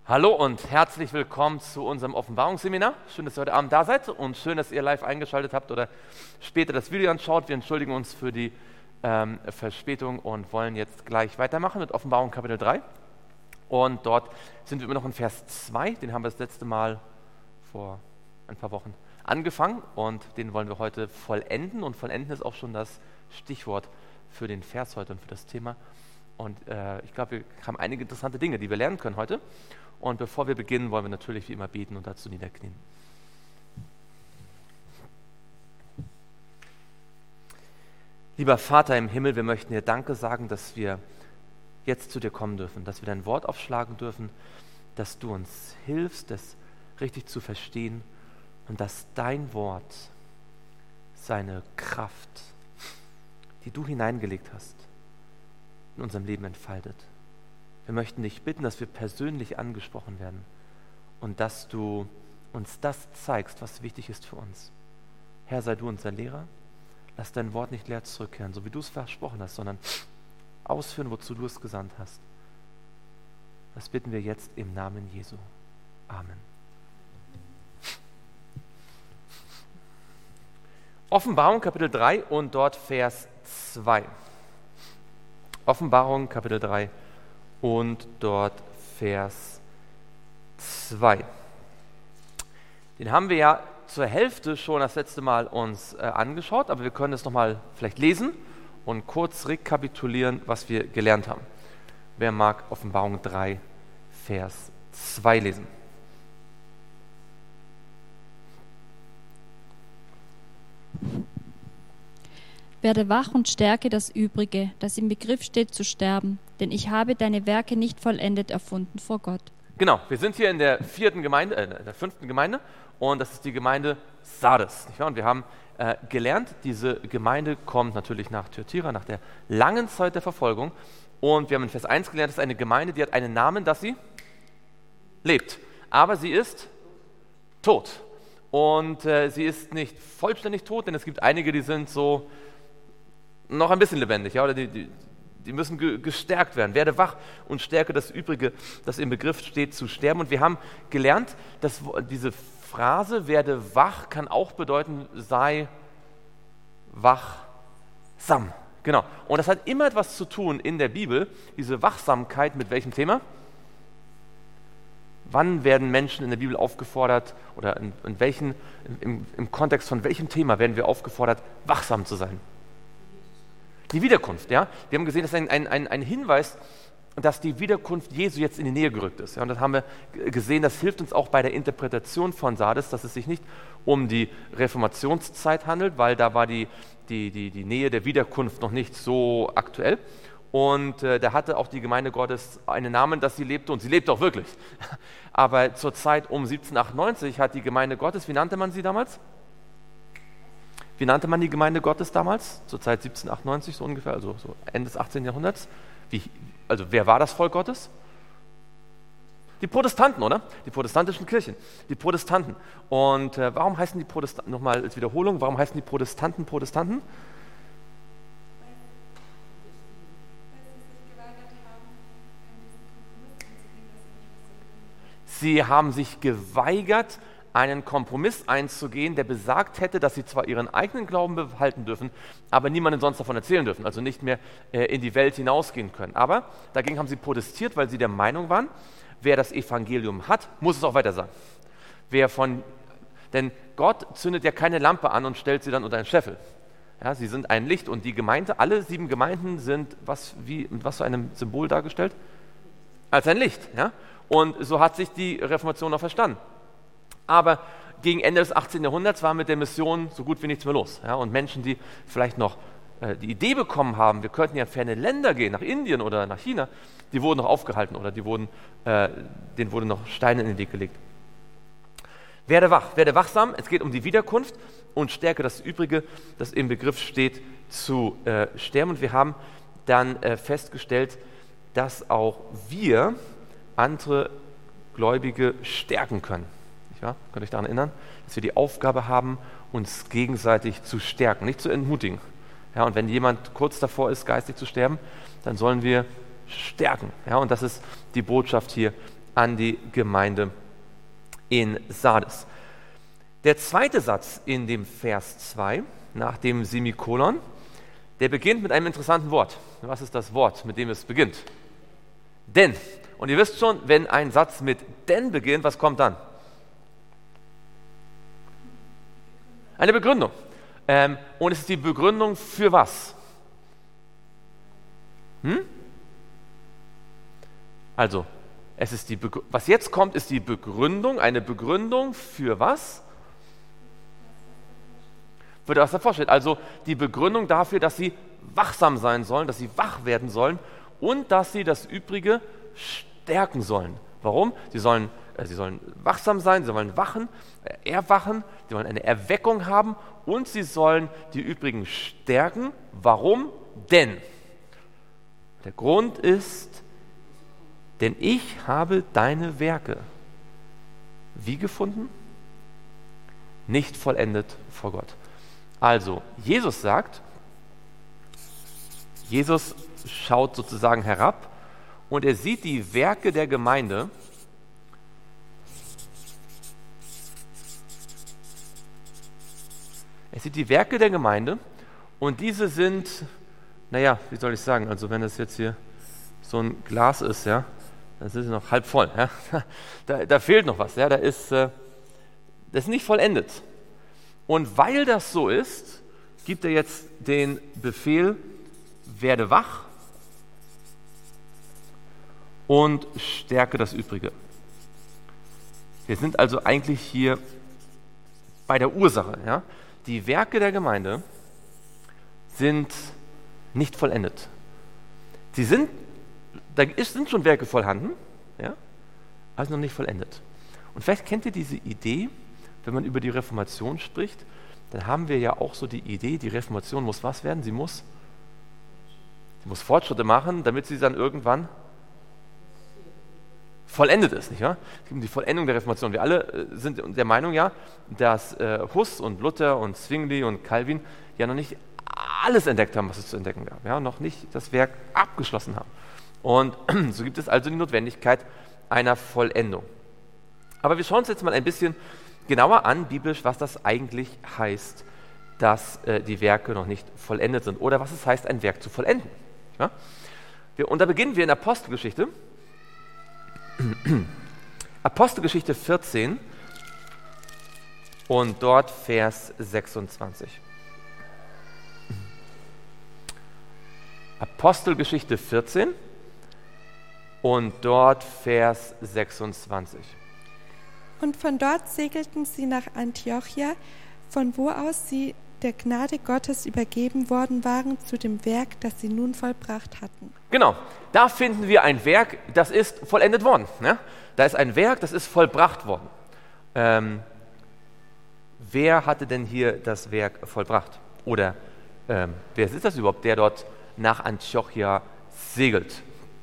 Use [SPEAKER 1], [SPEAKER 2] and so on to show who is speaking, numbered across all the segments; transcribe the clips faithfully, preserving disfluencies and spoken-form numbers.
[SPEAKER 1] Hallo und herzlich willkommen zu unserem Offenbarungsseminar. Schön, dass ihr heute Abend da seid und schön, dass ihr live eingeschaltet habt oder später das Video anschaut. Wir entschuldigen uns für die ähm, Verspätung und wollen jetzt gleich weitermachen mit Offenbarung Kapitel drei. Und dort sind wir immer noch in Vers zwei, den haben wir das letzte Mal vor ein paar Wochen angefangen und den wollen wir heute vollenden. Und vollenden ist auch schon das Stichwort für den Vers heute und für das Thema. Und äh, ich glaube, wir haben einige interessante Dinge, die wir lernen können heute. Und bevor wir beginnen, wollen wir natürlich wie immer beten und dazu niederknien. Lieber Vater im Himmel, wir möchten dir Danke sagen, dass wir jetzt zu dir kommen dürfen, dass wir dein Wort aufschlagen dürfen, dass du uns hilfst, das richtig zu verstehen und dass dein Wort seine Kraft, die du hineingelegt hast, in unserem Leben entfaltet. Wir möchten dich bitten, dass wir persönlich angesprochen werden und dass du uns das zeigst, was wichtig ist für uns. Herr, sei du unser Lehrer, lass dein Wort nicht leer zurückkehren, so wie du es versprochen hast, sondern ausführen, wozu du es gesandt hast. Das bitten wir jetzt im Namen Jesu. Amen. Offenbarung Kapitel drei und dort Vers zwei. Offenbarung Kapitel drei und dort Vers zwei. Den haben wir ja zur Hälfte schon das letzte Mal uns äh, angeschaut, aber wir können es nochmal vielleicht lesen und kurz rekapitulieren, was wir gelernt haben. Wer mag Offenbarung drei, Vers zwei lesen?
[SPEAKER 2] Werde wach und stärke das Übrige, das im Begriff steht zu sterben, denn ich habe deine Werke nicht vollendet erfunden vor Gott.
[SPEAKER 1] Genau, wir sind hier in der vierten Gemeinde, äh, der fünften Gemeinde und das ist die Gemeinde Sardes. Nicht wahr? Und wir haben äh, gelernt, diese Gemeinde kommt natürlich nach Thyatira, nach der langen Zeit der Verfolgung. Und wir haben in Vers eins gelernt, das ist eine Gemeinde, die hat einen Namen, dass sie lebt. Aber sie ist tot. Und äh, sie ist nicht vollständig tot, denn es gibt einige, die sind so noch ein bisschen lebendig, ja, oder die, die, die müssen ge- gestärkt werden. Werde wach und stärke das Übrige, das im Begriff steht, zu sterben. Und wir haben gelernt, dass diese Phrase, werde wach, kann auch bedeuten, sei wachsam. Genau. Und das hat immer etwas zu tun in der Bibel, diese Wachsamkeit mit welchem Thema? Wann werden Menschen in der Bibel aufgefordert oder in, in welchen, im, im Kontext von welchem Thema werden wir aufgefordert, wachsam zu sein? Die Wiederkunft, ja. Wir haben gesehen, das ist ein, ein, ein, ein Hinweis, dass die Wiederkunft Jesu jetzt in die Nähe gerückt ist. Ja, und das haben wir gesehen, das hilft uns auch bei der Interpretation von Sardes, dass es sich nicht um die Reformationszeit handelt, weil da war die, die, die, die Nähe der Wiederkunft noch nicht so aktuell. Und äh, da hatte auch die Gemeinde Gottes einen Namen, dass sie lebte, und sie lebte auch wirklich. Aber zur Zeit um siebzehnhundertachtundneunzig hat die Gemeinde Gottes, wie nannte man sie damals? Wie nannte man die Gemeinde Gottes damals? Zur Zeit siebzehnhundertachtundneunzig so ungefähr, also so Ende des achtzehnten Jahrhunderts. Wie, also wer war das Volk Gottes? Die Protestanten, oder? Die protestantischen Kirchen, die Protestanten. Und äh, warum heißen die Protestanten, nochmal als Wiederholung, warum heißen die Protestanten Protestanten? Sie haben sich geweigert, einen Kompromiss einzugehen, der besagt hätte, dass sie zwar ihren eigenen Glauben behalten dürfen, aber niemandem sonst davon erzählen dürfen, also nicht mehr äh, in die Welt hinausgehen können. Aber dagegen haben sie protestiert, weil sie der Meinung waren, wer das Evangelium hat, muss es auch weiter sagen. Wer von, denn Gott zündet ja keine Lampe an und stellt sie dann unter einen Scheffel. Ja, sie sind ein Licht und die Gemeinde, alle sieben Gemeinden sind was, wie, mit was für einem Symbol dargestellt? Als ein Licht. Ja? Und so hat sich die Reformation auch verstanden. Aber gegen Ende des achtzehnten Jahrhunderts war mit der Mission so gut wie nichts mehr los. Ja? Und Menschen, die vielleicht noch äh, die Idee bekommen haben, wir könnten ja in ferne Länder gehen, nach Indien oder nach China, die wurden noch aufgehalten oder die wurden, äh, denen wurden noch Steine in den Weg gelegt. Werde wach, werde wachsam, es geht um die Wiederkunft und stärke das Übrige, das im Begriff steht, zu äh, sterben. Und wir haben dann äh, festgestellt, dass auch wir andere Gläubige stärken können. Ja, könnt ihr euch daran erinnern, dass wir die Aufgabe haben, uns gegenseitig zu stärken, nicht zu entmutigen. Ja, und wenn jemand kurz davor ist, geistig zu sterben, dann sollen wir stärken. Ja, und das ist die Botschaft hier an die Gemeinde in Sardes. Der zweite Satz in dem Vers zwei, nach dem Semikolon, der beginnt mit einem interessanten Wort. Was ist das Wort, mit dem es beginnt? Denn. Und ihr wisst schon, wenn ein Satz mit denn beginnt, was kommt dann? Eine Begründung. Ähm, und es ist die Begründung für was? Hm? Also, es ist die Begr- was jetzt kommt, ist die Begründung, eine Begründung für was? Für das, was davor steht. Also die Begründung dafür, dass sie wachsam sein sollen, dass sie wach werden sollen und dass sie das Übrige stärken sollen. Warum? Sie sollen, äh, sie sollen wachsam sein, sie sollen wachen, äh, erwachen, sie wollen eine Erweckung haben und sie sollen die Übrigen stärken. Warum? Denn der Grund ist, denn ich habe deine Werke wie gefunden? Nicht vollendet vor Gott. Also, Jesus sagt, Jesus schaut sozusagen herab und er sieht die Werke der Gemeinde er sieht die Werke der Gemeinde und diese sind, naja, wie soll ich sagen, also wenn das jetzt hier so ein Glas ist, ja, dann ist es noch halb voll, ja, da, da fehlt noch was, ja, da ist, äh, das ist nicht vollendet. Und weil das so ist, gibt er jetzt den Befehl, werde wach und stärke das Übrige. Wir sind also eigentlich hier bei der Ursache. Ja? Die Werke der Gemeinde sind nicht vollendet. Sie sind, da ist, sind schon Werke vorhanden, ja? Aber noch nicht vollendet. Und vielleicht kennt ihr diese Idee, wenn man über die Reformation spricht, dann haben wir ja auch so die Idee, die Reformation muss was werden? Sie muss, sie muss Fortschritte machen, damit sie dann irgendwann vollendet ist, nicht wahr? Es gibt die Vollendung der Reformation. Wir alle äh, sind der Meinung ja, dass äh, Hus und Luther und Zwingli und Calvin ja noch nicht alles entdeckt haben, was es zu entdecken gab, ja, noch nicht das Werk abgeschlossen haben. Und so gibt es also die Notwendigkeit einer Vollendung. Aber wir schauen uns jetzt mal ein bisschen genauer an, biblisch, was das eigentlich heißt, dass äh, die Werke noch nicht vollendet sind oder was es heißt, ein Werk zu vollenden. Ja? Wir, und da beginnen wir in Apostelgeschichte. Apostelgeschichte vierzehn und dort Vers sechsundzwanzig. Apostelgeschichte vierzehn und dort Vers sechsundzwanzig.
[SPEAKER 3] Und von dort segelten sie nach Antiochia, von wo aus sie der Gnade Gottes übergeben worden waren zu dem Werk, das sie nun vollbracht hatten.
[SPEAKER 1] Genau, da finden wir ein Werk, das ist vollendet worden. Ja? Da ist ein Werk, das ist vollbracht worden. Ähm, wer hatte denn hier das Werk vollbracht? Oder ähm, wer ist das überhaupt, der dort nach Antiochia segelt?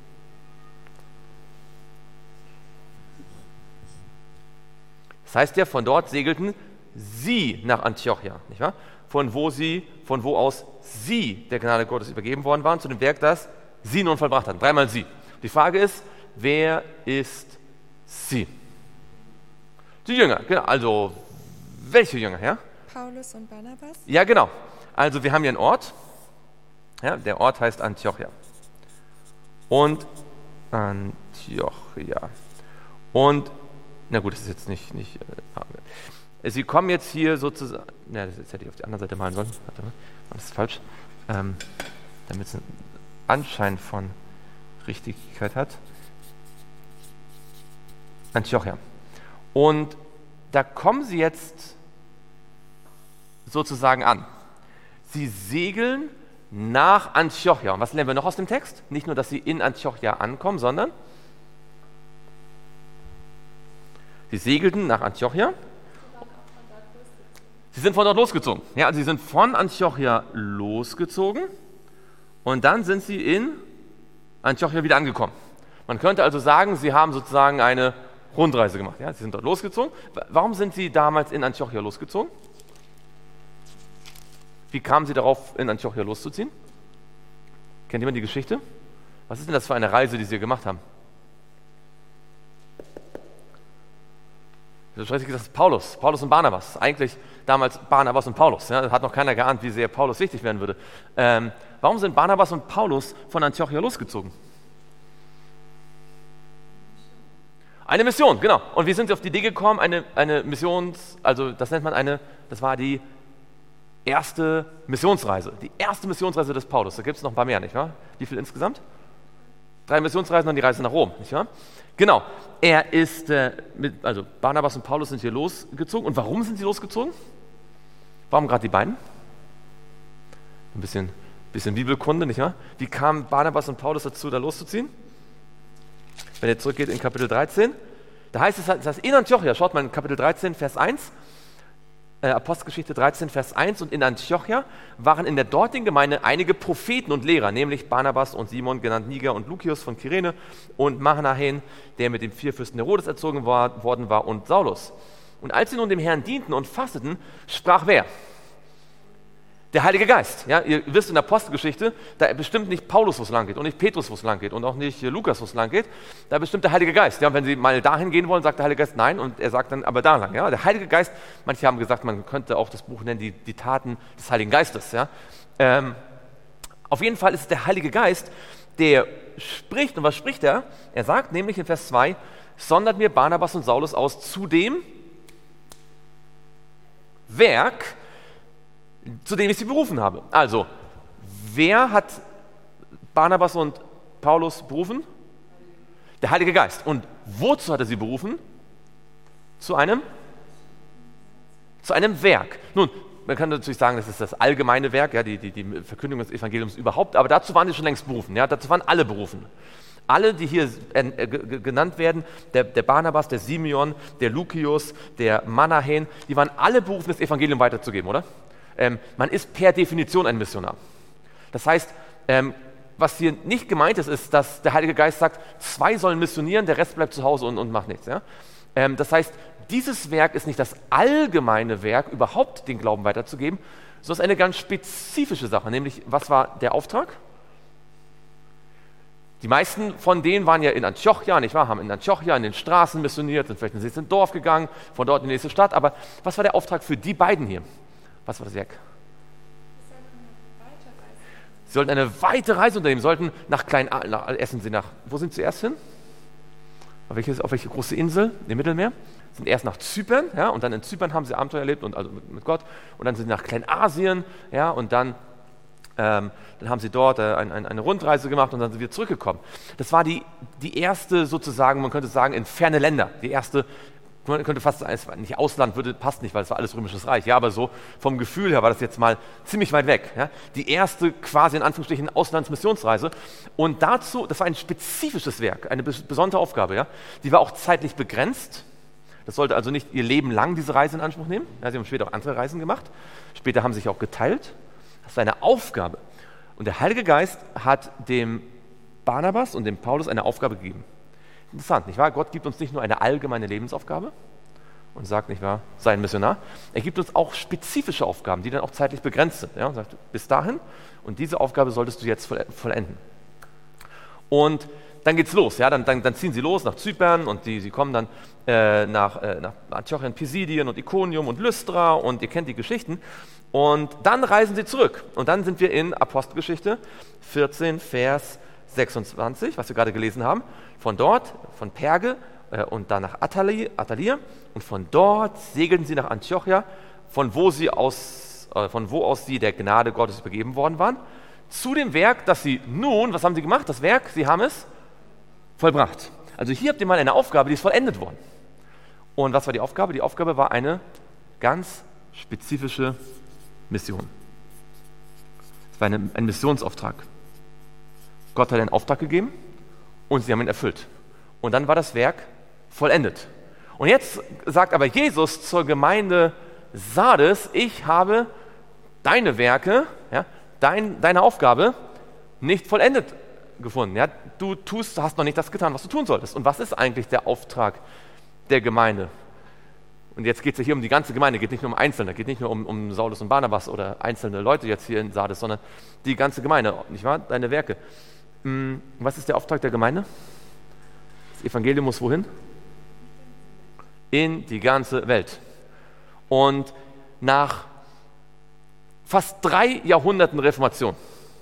[SPEAKER 1] Das heißt ja, von dort segelten sie nach Antiochia, nicht wahr? Von wo sie, von wo aus sie der Gnade Gottes übergeben worden waren, zu dem Werk, das sie nun vollbracht hatten. Dreimal sie. Die Frage ist, wer ist sie? Die Jünger, genau. Also, welche Jünger, ja?
[SPEAKER 3] Paulus und Barnabas?
[SPEAKER 1] Ja, genau. Also, wir haben hier einen Ort. Ja, der Ort heißt Antiochia. Und Antiochia. Und na gut, das ist jetzt nicht, nicht äh, Sie kommen jetzt hier sozusagen, na, das hätte ich auf die andere Seite malen sollen, warte mal, das ist falsch, ähm, damit es einen Anschein von Richtigkeit hat. Antiochia. Und da kommen Sie jetzt sozusagen an. Sie segeln nach Antiochia. Und was lernen wir noch aus dem Text? Nicht nur, dass Sie in Antiochia ankommen, sondern Sie segelten nach Antiochia. Sie sind von dort losgezogen. Ja, also sie sind von Antiochia losgezogen und dann sind sie in Antiochia wieder angekommen. Man könnte also sagen, sie haben sozusagen eine Rundreise gemacht. Ja, sie sind dort losgezogen. Warum sind sie damals in Antiochia losgezogen? Wie kamen sie darauf, in Antiochia loszuziehen? Kennt jemand die Geschichte? Was ist denn das für eine Reise, die sie gemacht haben? Das ist Paulus, Paulus und Barnabas. Eigentlich damals Barnabas und Paulus. Ja, das hat noch keiner geahnt, wie sehr Paulus wichtig werden würde. Ähm, warum sind Barnabas und Paulus von Antiochia losgezogen? Eine Mission, genau. Und wie sind sie auf die Idee gekommen? Eine, eine Missions, also das nennt man eine, das war die erste Missionsreise. Die erste Missionsreise des Paulus. Da gibt es noch ein paar mehr, nicht wahr? Wie viel insgesamt? Drei Missionsreisen und die Reise nach Rom, nicht wahr? Genau. Er ist, äh, mit, also Barnabas und Paulus sind hier losgezogen. Und warum sind sie losgezogen? Warum gerade die beiden? Ein bisschen, bisschen Bibelkunde, nicht wahr? Wie kamen Barnabas und Paulus dazu, da loszuziehen? Wenn ihr zurückgeht in Kapitel dreizehn, da heißt es, das heißt in Antiochia, schaut mal in Kapitel dreizehn, Vers eins, äh, Apostelgeschichte dreizehn, Vers eins, und in Antiochia waren in der dortigen Gemeinde einige Propheten und Lehrer, nämlich Barnabas und Simon, genannt Niger, und Lukius von Kyrene, und Mahanahen, der mit dem Vierfürsten Herodes erzogen war, worden war, und Saulus. Und als sie nun dem Herrn dienten und fasteten, sprach wer? Der Heilige Geist. Ja, ihr wisst in der Apostelgeschichte, da bestimmt nicht Paulus, wo es lang geht, und nicht Petrus, wo es lang geht, und auch nicht Lukas, wo es lang geht. Da bestimmt der Heilige Geist. Ja, und wenn sie mal dahin gehen wollen, sagt der Heilige Geist nein, und er sagt dann aber da lang. Ja, der Heilige Geist, manche haben gesagt, man könnte auch das Buch nennen, die, die Taten des Heiligen Geistes. Ja. Ähm, auf jeden Fall ist es der Heilige Geist, der spricht. Und was spricht er? Er sagt nämlich in Vers zwei, sondert mir Barnabas und Saulus aus zu dem Werk, zu dem ich sie berufen habe. Also, wer hat Barnabas und Paulus berufen? Der Heilige Geist. Und wozu hat er sie berufen? Zu einem? Zu einem Werk. Nun, man kann natürlich sagen, das ist das allgemeine Werk, ja, die, die, die Verkündigung des Evangeliums überhaupt, aber dazu waren sie schon längst berufen. Ja, dazu waren alle berufen. Alle, die hier äh, genannt werden, der, der Barnabas, der Simeon, der Lukius, der Manahen, die waren alle berufen, das Evangelium weiterzugeben, oder? Ähm, man ist per Definition ein Missionar. Das heißt, ähm, was hier nicht gemeint ist, ist, dass der Heilige Geist sagt, zwei sollen missionieren, der Rest bleibt zu Hause und, und macht nichts. Ja? Ähm, das heißt, dieses Werk ist nicht das allgemeine Werk, überhaupt den Glauben weiterzugeben, sondern es ist eine ganz spezifische Sache, nämlich, was war der Auftrag? Die meisten von denen waren ja in Antiochia, nicht wahr? Haben in Antiochia in den Straßen missioniert, sind vielleicht in ein Dorf gegangen, von dort in die nächste Stadt, aber was war der Auftrag für die beiden hier? Was war das Werk? Sie sollten eine weite Reise unternehmen, sollten nach Klein nach, essen sie nach, wo sind sie erst hin? Auf welche, auf welche große Insel im Mittelmeer? Sind erst nach Zypern, ja, und dann in Zypern haben sie Abenteuer erlebt, und also mit, mit Gott, und dann sind sie nach Kleinasien, ja, und dann, ähm, dann haben sie dort äh, ein, ein, eine Rundreise gemacht und dann sind wir zurückgekommen. Das war die, die erste sozusagen, man könnte sagen, in ferne Länder, die erste. Man könnte fast sagen, es war nicht Ausland, würde, passt nicht, weil es war alles Römisches Reich. Ja, aber so vom Gefühl her war das jetzt mal ziemlich weit weg. Ja. Die erste quasi in Anführungsstrichen Auslandsmissionsreise. Und dazu, das war ein spezifisches Werk, eine besondere Aufgabe. Ja. Die war auch zeitlich begrenzt. Das sollte also nicht ihr Leben lang diese Reise in Anspruch nehmen. Ja, sie haben später auch andere Reisen gemacht. Später haben sie sich auch geteilt. Das war eine Aufgabe. Und der Heilige Geist hat dem Barnabas und dem Paulus eine Aufgabe gegeben. Interessant, nicht wahr? Gott gibt uns nicht nur eine allgemeine Lebensaufgabe und sagt, nicht wahr, sei ein Missionar. Er gibt uns auch spezifische Aufgaben, die dann auch zeitlich begrenzt sind. Ja? Und sagt, bis dahin, und diese Aufgabe solltest du jetzt vollenden. Und dann geht's los, ja? dann, dann, dann ziehen sie los nach Zypern, und die, sie kommen dann äh, nach, äh, nach Antiochia, Pisidien und Iconium und Lystra, und ihr kennt die Geschichten. Und dann reisen sie zurück. Und dann sind wir in Apostelgeschichte vierzehn, Vers sechsundzwanzig, was wir gerade gelesen haben. Von dort, von Perge äh, und dann nach Attalia, Attalia, und von dort segelten sie nach Antiochia, von wo, sie aus, äh, von wo aus sie der Gnade Gottes übergeben worden waren, zu dem Werk, das sie nun, was haben sie gemacht? Das Werk, sie haben es vollbracht. Also hier habt ihr mal eine Aufgabe, die ist vollendet worden. Und was war die Aufgabe? Die Aufgabe war eine ganz spezifische Mission. Es war eine, ein Missionsauftrag. Gott hat einen Auftrag gegeben und sie haben ihn erfüllt. Und dann war das Werk vollendet. Und jetzt sagt aber Jesus zur Gemeinde Sardes, ich habe deine Werke, ja, dein, deine Aufgabe nicht vollendet gefunden. Ja, du tust, hast noch nicht das getan, was du tun solltest. Und was ist eigentlich der Auftrag der Gemeinde? Und jetzt geht es ja hier um die ganze Gemeinde, geht nicht nur um Einzelne, geht nicht nur um, um Saulus und Barnabas oder einzelne Leute jetzt hier in Sardes, sondern die ganze Gemeinde, nicht wahr? Deine Werke. Was ist der Auftrag der Gemeinde? Das Evangelium muss wohin? in die ganze Welt. Und nach fast drei Jahrhunderten Reformation,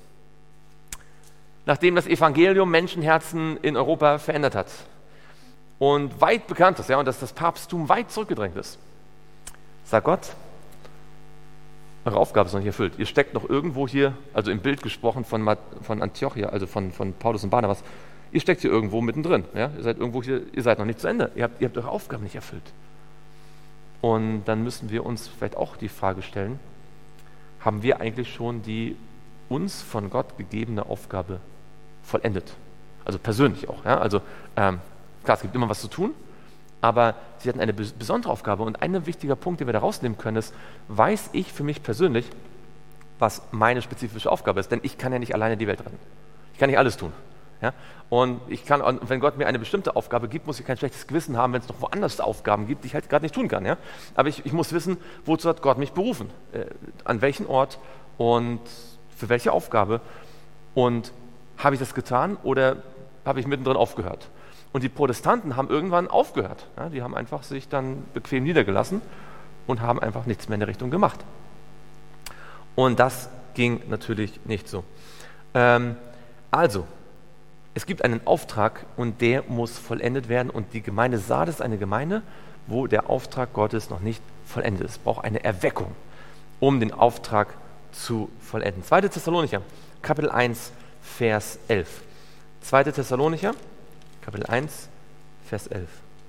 [SPEAKER 1] nachdem das Evangelium Menschenherzen in Europa verändert hat und weit bekannt ist, ja, und dass das Papsttum weit zurückgedrängt ist, sagt Gott, eure Aufgabe ist noch nicht erfüllt. Ihr steckt noch irgendwo hier, also im Bild gesprochen von, von Antiochia, also von, von Paulus und Barnabas, ihr steckt hier irgendwo mittendrin. Ja? Ihr seid irgendwo hier, ihr seid noch nicht zu Ende. Ihr habt, ihr habt eure Aufgabe nicht erfüllt. Und dann müssen wir uns vielleicht auch die Frage stellen, haben wir eigentlich schon die uns von Gott gegebene Aufgabe vollendet? Also persönlich auch. Ja? Also ähm, klar, es gibt immer was zu tun, aber sie hatten eine besondere Aufgabe. Und ein wichtiger Punkt, den wir da rausnehmen können, ist, weiß ich für mich persönlich, was meine spezifische Aufgabe ist. Denn ich kann ja nicht alleine die Welt retten. Ich kann nicht alles tun. Ja? Und ich kann, und wenn Gott mir eine bestimmte Aufgabe gibt, muss ich kein schlechtes Gewissen haben, wenn es noch woanders Aufgaben gibt, die ich halt gerade nicht tun kann. Ja? Aber ich, ich muss wissen, wozu hat Gott mich berufen? Äh, an welchen Ort und für welche Aufgabe? Und habe ich das getan oder habe ich mittendrin aufgehört? Und die Protestanten haben irgendwann aufgehört. Ja, die haben einfach sich dann bequem niedergelassen und haben einfach nichts mehr in der Richtung gemacht. Und das ging natürlich nicht so. Ähm, also, es gibt einen Auftrag und der muss vollendet werden. Und die Gemeinde Sardes ist eine Gemeinde, wo der Auftrag Gottes noch nicht vollendet ist. Es braucht eine Erweckung, um den Auftrag zu vollenden. zweiter Thessalonicher, Kapitel eins, Vers elf. zweiter Thessalonicher, Kapitel eins, Vers elf.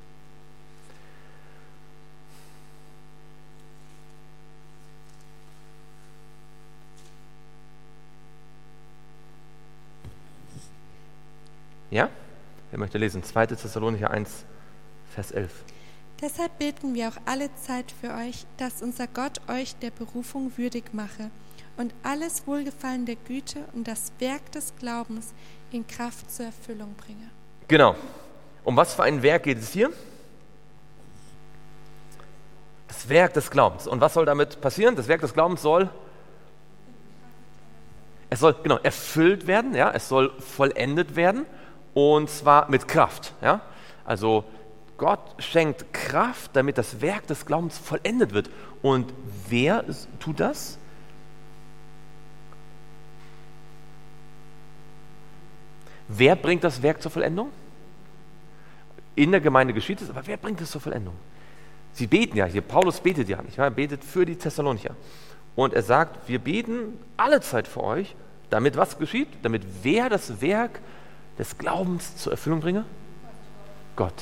[SPEAKER 1] Ja? Wer möchte lesen? zweiter Thessalonicher eins, Vers elf.
[SPEAKER 3] Deshalb beten wir auch alle Zeit für euch, dass unser Gott euch der Berufung würdig mache und alles Wohlgefallen der Güte und das Werk des Glaubens in Kraft zur Erfüllung bringe.
[SPEAKER 1] Genau. Um was für ein Werk geht es hier? Das Werk des Glaubens. Und was soll damit passieren? Das Werk des Glaubens soll, es soll genau erfüllt werden, ja, es soll vollendet werden und zwar mit Kraft. Ja? Also Gott schenkt Kraft, damit das Werk des Glaubens vollendet wird. Und wer tut das? Wer bringt das Werk zur Vollendung? In der Gemeinde geschieht es, aber wer bringt es zur Vollendung? Sie beten ja hier, Paulus betet ja nicht, er betet für die Thessalonicher. Und er sagt, wir beten alle Zeit für euch, damit was geschieht? Damit wer das Werk des Glaubens zur Erfüllung bringe? Gott.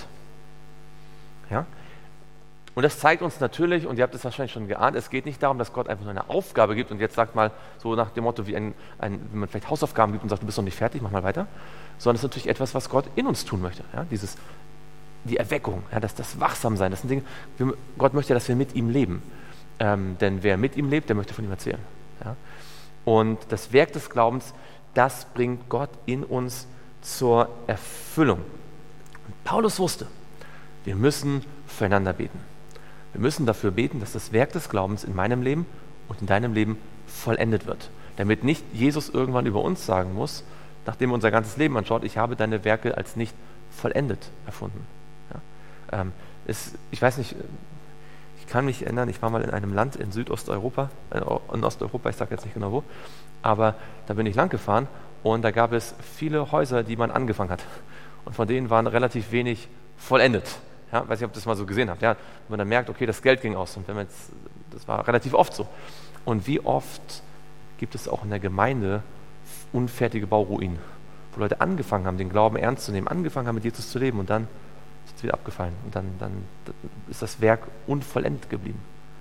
[SPEAKER 1] Ja? Und das zeigt uns natürlich, und ihr habt es wahrscheinlich schon geahnt, es geht nicht darum, dass Gott einfach nur eine Aufgabe gibt und jetzt sagt mal so nach dem Motto, wie ein, ein, wenn man vielleicht Hausaufgaben gibt und sagt, du bist noch nicht fertig, mach mal weiter, sondern es ist natürlich etwas, was Gott in uns tun möchte. Ja? Dieses, die Erweckung, ja, das, das Wachsamsein, das sind Dinge, wir, Gott möchte, dass wir mit ihm leben. Ähm, denn wer mit ihm lebt, der möchte von ihm erzählen. Ja? Und das Werk des Glaubens, das bringt Gott in uns zur Erfüllung. Und Paulus wusste, wir müssen füreinander beten. Wir müssen dafür beten, dass das Werk des Glaubens in meinem Leben und in deinem Leben vollendet wird. Damit nicht Jesus irgendwann über uns sagen muss, nachdem er unser ganzes Leben anschaut, ich habe deine Werke als nicht vollendet erfunden. Ja? Ähm, es, ich weiß nicht, ich kann mich erinnern, ich war mal in einem Land in Südosteuropa, in Osteuropa, ich sage jetzt nicht genau wo, aber da bin ich lang gefahren und da gab es viele Häuser, die man angefangen hat. Und von denen waren relativ wenig vollendet. Ja, weiß nicht, ob ihr das mal so gesehen habt. Ja, wenn man dann merkt, okay, das Geld ging aus. Und wenn man jetzt, das war relativ oft so. Und wie oft gibt es auch in der Gemeinde unfertige Bauruinen, wo Leute angefangen haben, den Glauben ernst zu nehmen, angefangen haben, mit Jesus zu leben und dann ist es wieder abgefallen. Und dann, dann ist das Werk unvollendet geblieben.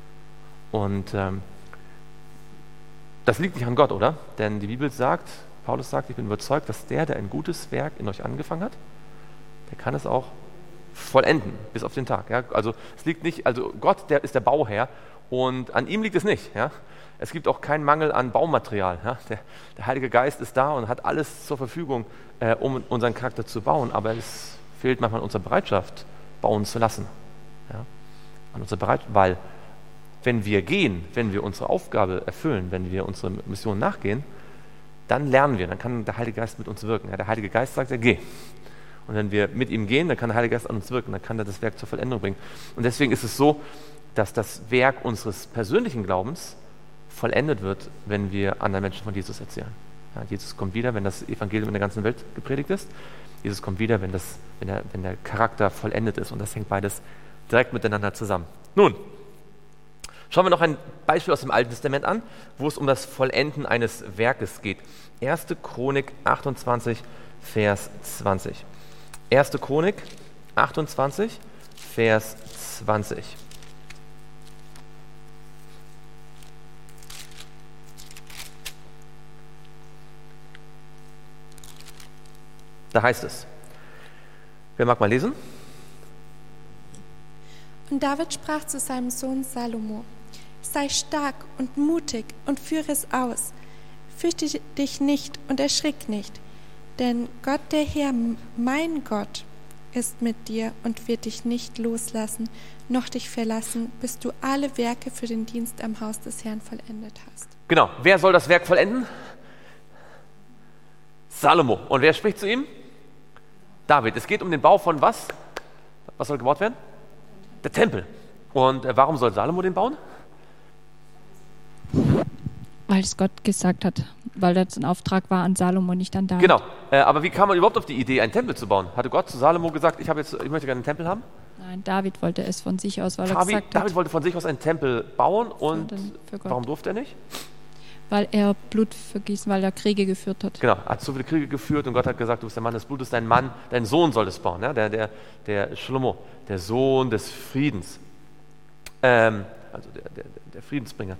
[SPEAKER 1] Und ähm, das liegt nicht an Gott, oder? Denn die Bibel sagt, Paulus sagt, ich bin überzeugt, dass der, der ein gutes Werk in euch angefangen hat, der kann es auch vollenden, bis auf den Tag. Ja? Also es liegt nicht, also Gott, der ist der Bauherr und an ihm liegt es nicht. Ja? Es gibt auch keinen Mangel an Baumaterial. Ja? Der, der Heilige Geist ist da und hat alles zur Verfügung, äh, um unseren Charakter zu bauen, aber es fehlt manchmal an unserer Bereitschaft, bauen zu lassen. Ja? An unserer Bereitschaft, weil wenn wir gehen, wenn wir unsere Aufgabe erfüllen, wenn wir unserer Mission nachgehen, dann lernen wir, dann kann der Heilige Geist mit uns wirken. Ja? Der Heilige Geist sagt ja, geh. Und wenn wir mit ihm gehen, dann kann der Heilige Geist an uns wirken, dann kann er das Werk zur Vollendung bringen. Und deswegen ist es so, dass das Werk unseres persönlichen Glaubens vollendet wird, wenn wir anderen Menschen von Jesus erzählen. Ja, Jesus kommt wieder, wenn das Evangelium in der ganzen Welt gepredigt ist. Jesus kommt wieder, wenn, das, wenn, der, wenn der Charakter vollendet ist. Und das hängt beides direkt miteinander zusammen. Nun, schauen wir noch ein Beispiel aus dem Alten Testament an, wo es um das Vollenden eines Werkes geht. erste Chronik achtundzwanzig, Vers zwanzig. erste Chronik achtundzwanzig, Vers zwanzig. Da heißt es, wer mag mal lesen?
[SPEAKER 3] Und David sprach zu seinem Sohn Salomo: Sei stark und mutig und führe es aus. Fürchte dich nicht und erschrick nicht, denn Gott, der Herr, mein Gott, ist mit dir und wird dich nicht loslassen, noch dich verlassen, bis du alle Werke für den Dienst am Haus des Herrn vollendet hast.
[SPEAKER 1] Genau, wer soll das Werk vollenden? Salomo. Und wer spricht zu ihm? David. Es geht um den Bau von was? Was soll gebaut werden? Der Tempel. Und äh, warum soll Salomo den bauen?
[SPEAKER 2] Weil es Gott gesagt hat, weil das ein Auftrag war an Salomo, nicht an David.
[SPEAKER 1] Genau, äh, aber wie kam man überhaupt auf die Idee, einen Tempel zu bauen? Hatte Gott zu Salomo gesagt, ich, habe jetzt, ich möchte gerne einen Tempel haben?
[SPEAKER 2] Nein, David wollte es von sich aus, weil
[SPEAKER 1] David,
[SPEAKER 2] er gesagt hat,
[SPEAKER 1] David wollte von sich aus einen Tempel bauen und
[SPEAKER 2] für Gott.
[SPEAKER 1] Warum durfte er nicht?
[SPEAKER 2] Weil er Blut vergießen, weil er Kriege geführt hat.
[SPEAKER 1] Genau, er hat so viele Kriege geführt und Gott hat gesagt, du bist der Mann des Blutes, dein Mann, dein Sohn soll es bauen, ja? der, der, der Shlomo, der Sohn des Friedens, ähm, also der, der, der Friedensbringer.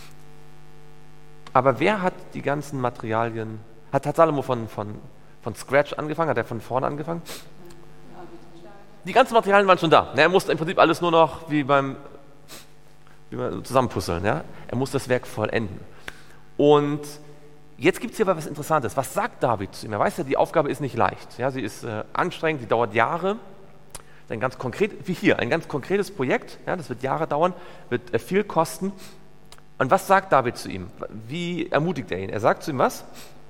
[SPEAKER 1] Aber wer hat die ganzen Materialien, hat, hat Salomo von, von, von Scratch angefangen, hat er von vorne angefangen? Die ganzen Materialien waren schon da. Er musste im Prinzip alles nur noch wie beim wie beim Zusammenpuzzeln. Ja? Er muss das Werk vollenden. Und jetzt gibt es hier aber was Interessantes. Was sagt David zu ihm? Er weiß ja, die Aufgabe ist nicht leicht. Ja? Sie ist äh, anstrengend, sie dauert Jahre. Ein ganz konkret, wie hier, ein ganz konkretes Projekt. Ja? Das wird Jahre dauern, wird äh, viel kosten. Und was sagt David zu ihm? Wie ermutigt er ihn? Er sagt zu ihm was?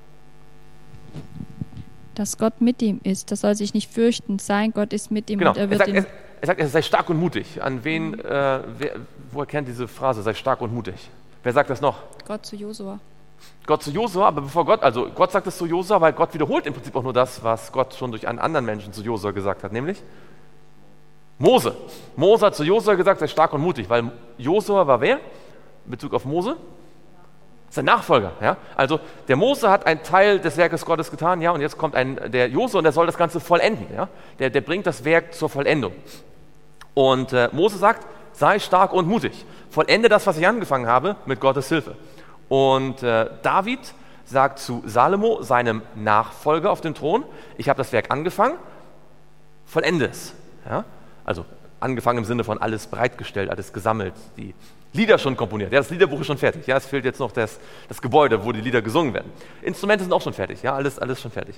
[SPEAKER 2] Dass Gott mit ihm ist. Das soll sich nicht fürchten. Sein Gott ist mit ihm
[SPEAKER 1] Genau.
[SPEAKER 2] und er
[SPEAKER 1] Er
[SPEAKER 2] wird
[SPEAKER 1] sagt,
[SPEAKER 2] ihn...
[SPEAKER 1] er, er sagt, er sei stark und mutig. An wen, äh, wer, woher kennt diese Phrase, sei stark und mutig? Wer sagt das noch?
[SPEAKER 2] Gott zu Josua.
[SPEAKER 1] Gott zu Josua, aber bevor Gott, also Gott sagt es zu Josua, weil Gott wiederholt im Prinzip auch nur das, was Gott schon durch einen anderen Menschen zu Josua gesagt hat, nämlich Mose. Mose hat zu Josua gesagt, sei stark und mutig, weil Josua war wer? In Bezug auf Mose? Sein Nachfolger. Ja? Also der Mose hat einen Teil des Werkes Gottes getan, ja, und jetzt kommt ein, der Josua und der soll das Ganze vollenden. Ja? Der, der bringt das Werk zur Vollendung. Und äh, Mose sagt, sei stark und mutig. Vollende das, was ich angefangen habe, mit Gottes Hilfe. Und äh, David sagt zu Salomo, seinem Nachfolger auf dem Thron, ich habe das Werk angefangen, vollende es. Ja? Also angefangen im Sinne von alles bereitgestellt, alles gesammelt, die Lieder schon komponiert. Ja, das Liederbuch ist schon fertig. Ja, es fehlt jetzt noch das, das Gebäude, wo die Lieder gesungen werden. Instrumente sind auch schon fertig. Ja, alles, alles schon fertig.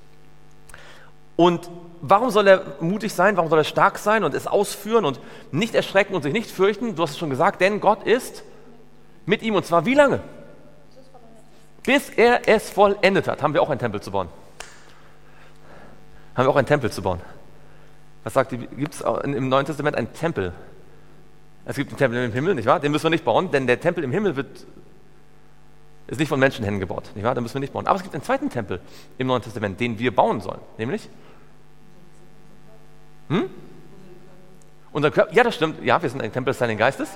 [SPEAKER 1] Und warum soll er mutig sein? Warum soll er stark sein und es ausführen und nicht erschrecken und sich nicht fürchten? Du hast es schon gesagt, denn Gott ist mit ihm. Und zwar wie lange? Bis er es vollendet hat. Haben wir auch einen Tempel zu bauen? Haben wir auch einen Tempel zu bauen? Was sagt die? Gibt es im Neuen Testament einen Tempel? Es gibt einen Tempel im Himmel, nicht wahr? Den müssen wir nicht bauen, denn der Tempel im Himmel wird, ist nicht von Menschenhänden gebaut, nicht wahr? Den müssen wir nicht bauen. Aber es gibt einen zweiten Tempel im Neuen Testament, den wir bauen sollen, nämlich hm? Unser Körper. Ja, das stimmt. Ja, wir sind ein Tempel des Heiligen Geistes.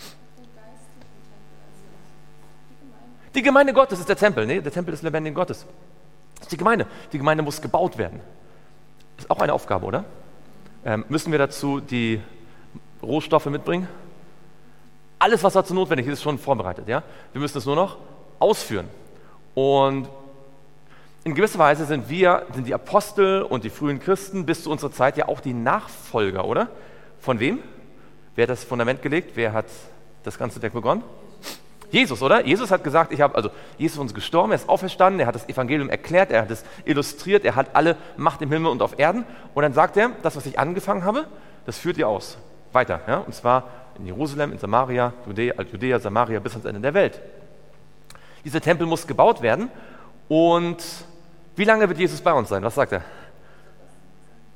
[SPEAKER 1] Die Gemeinde Gottes ist der Tempel, ne? Der Tempel des lebendigen Gottes. Das ist die Gemeinde. Die Gemeinde muss gebaut werden. Ist auch eine Aufgabe, oder? Ähm, müssen wir dazu die Rohstoffe mitbringen? Alles, was dazu notwendig ist, ist schon vorbereitet. Ja? Wir müssen es nur noch ausführen. Und in gewisser Weise sind wir, sind die Apostel und die frühen Christen bis zu unserer Zeit ja auch die Nachfolger, oder? Von wem? Wer hat das Fundament gelegt? Wer hat das ganze Werk begonnen? Jesus, oder? Jesus hat gesagt, ich habe, also Jesus ist uns gestorben, er ist auferstanden, er hat das Evangelium erklärt, er hat es illustriert, er hat alle Macht im Himmel und auf Erden. Und dann sagt er, das, was ich angefangen habe, das führt ihr aus. Weiter, ja? Und zwar in Jerusalem, in Samaria, Judäa, Judäa, Samaria bis ans Ende der Welt. Dieser Tempel muss gebaut werden. Und wie lange wird Jesus bei uns sein? Was sagt er?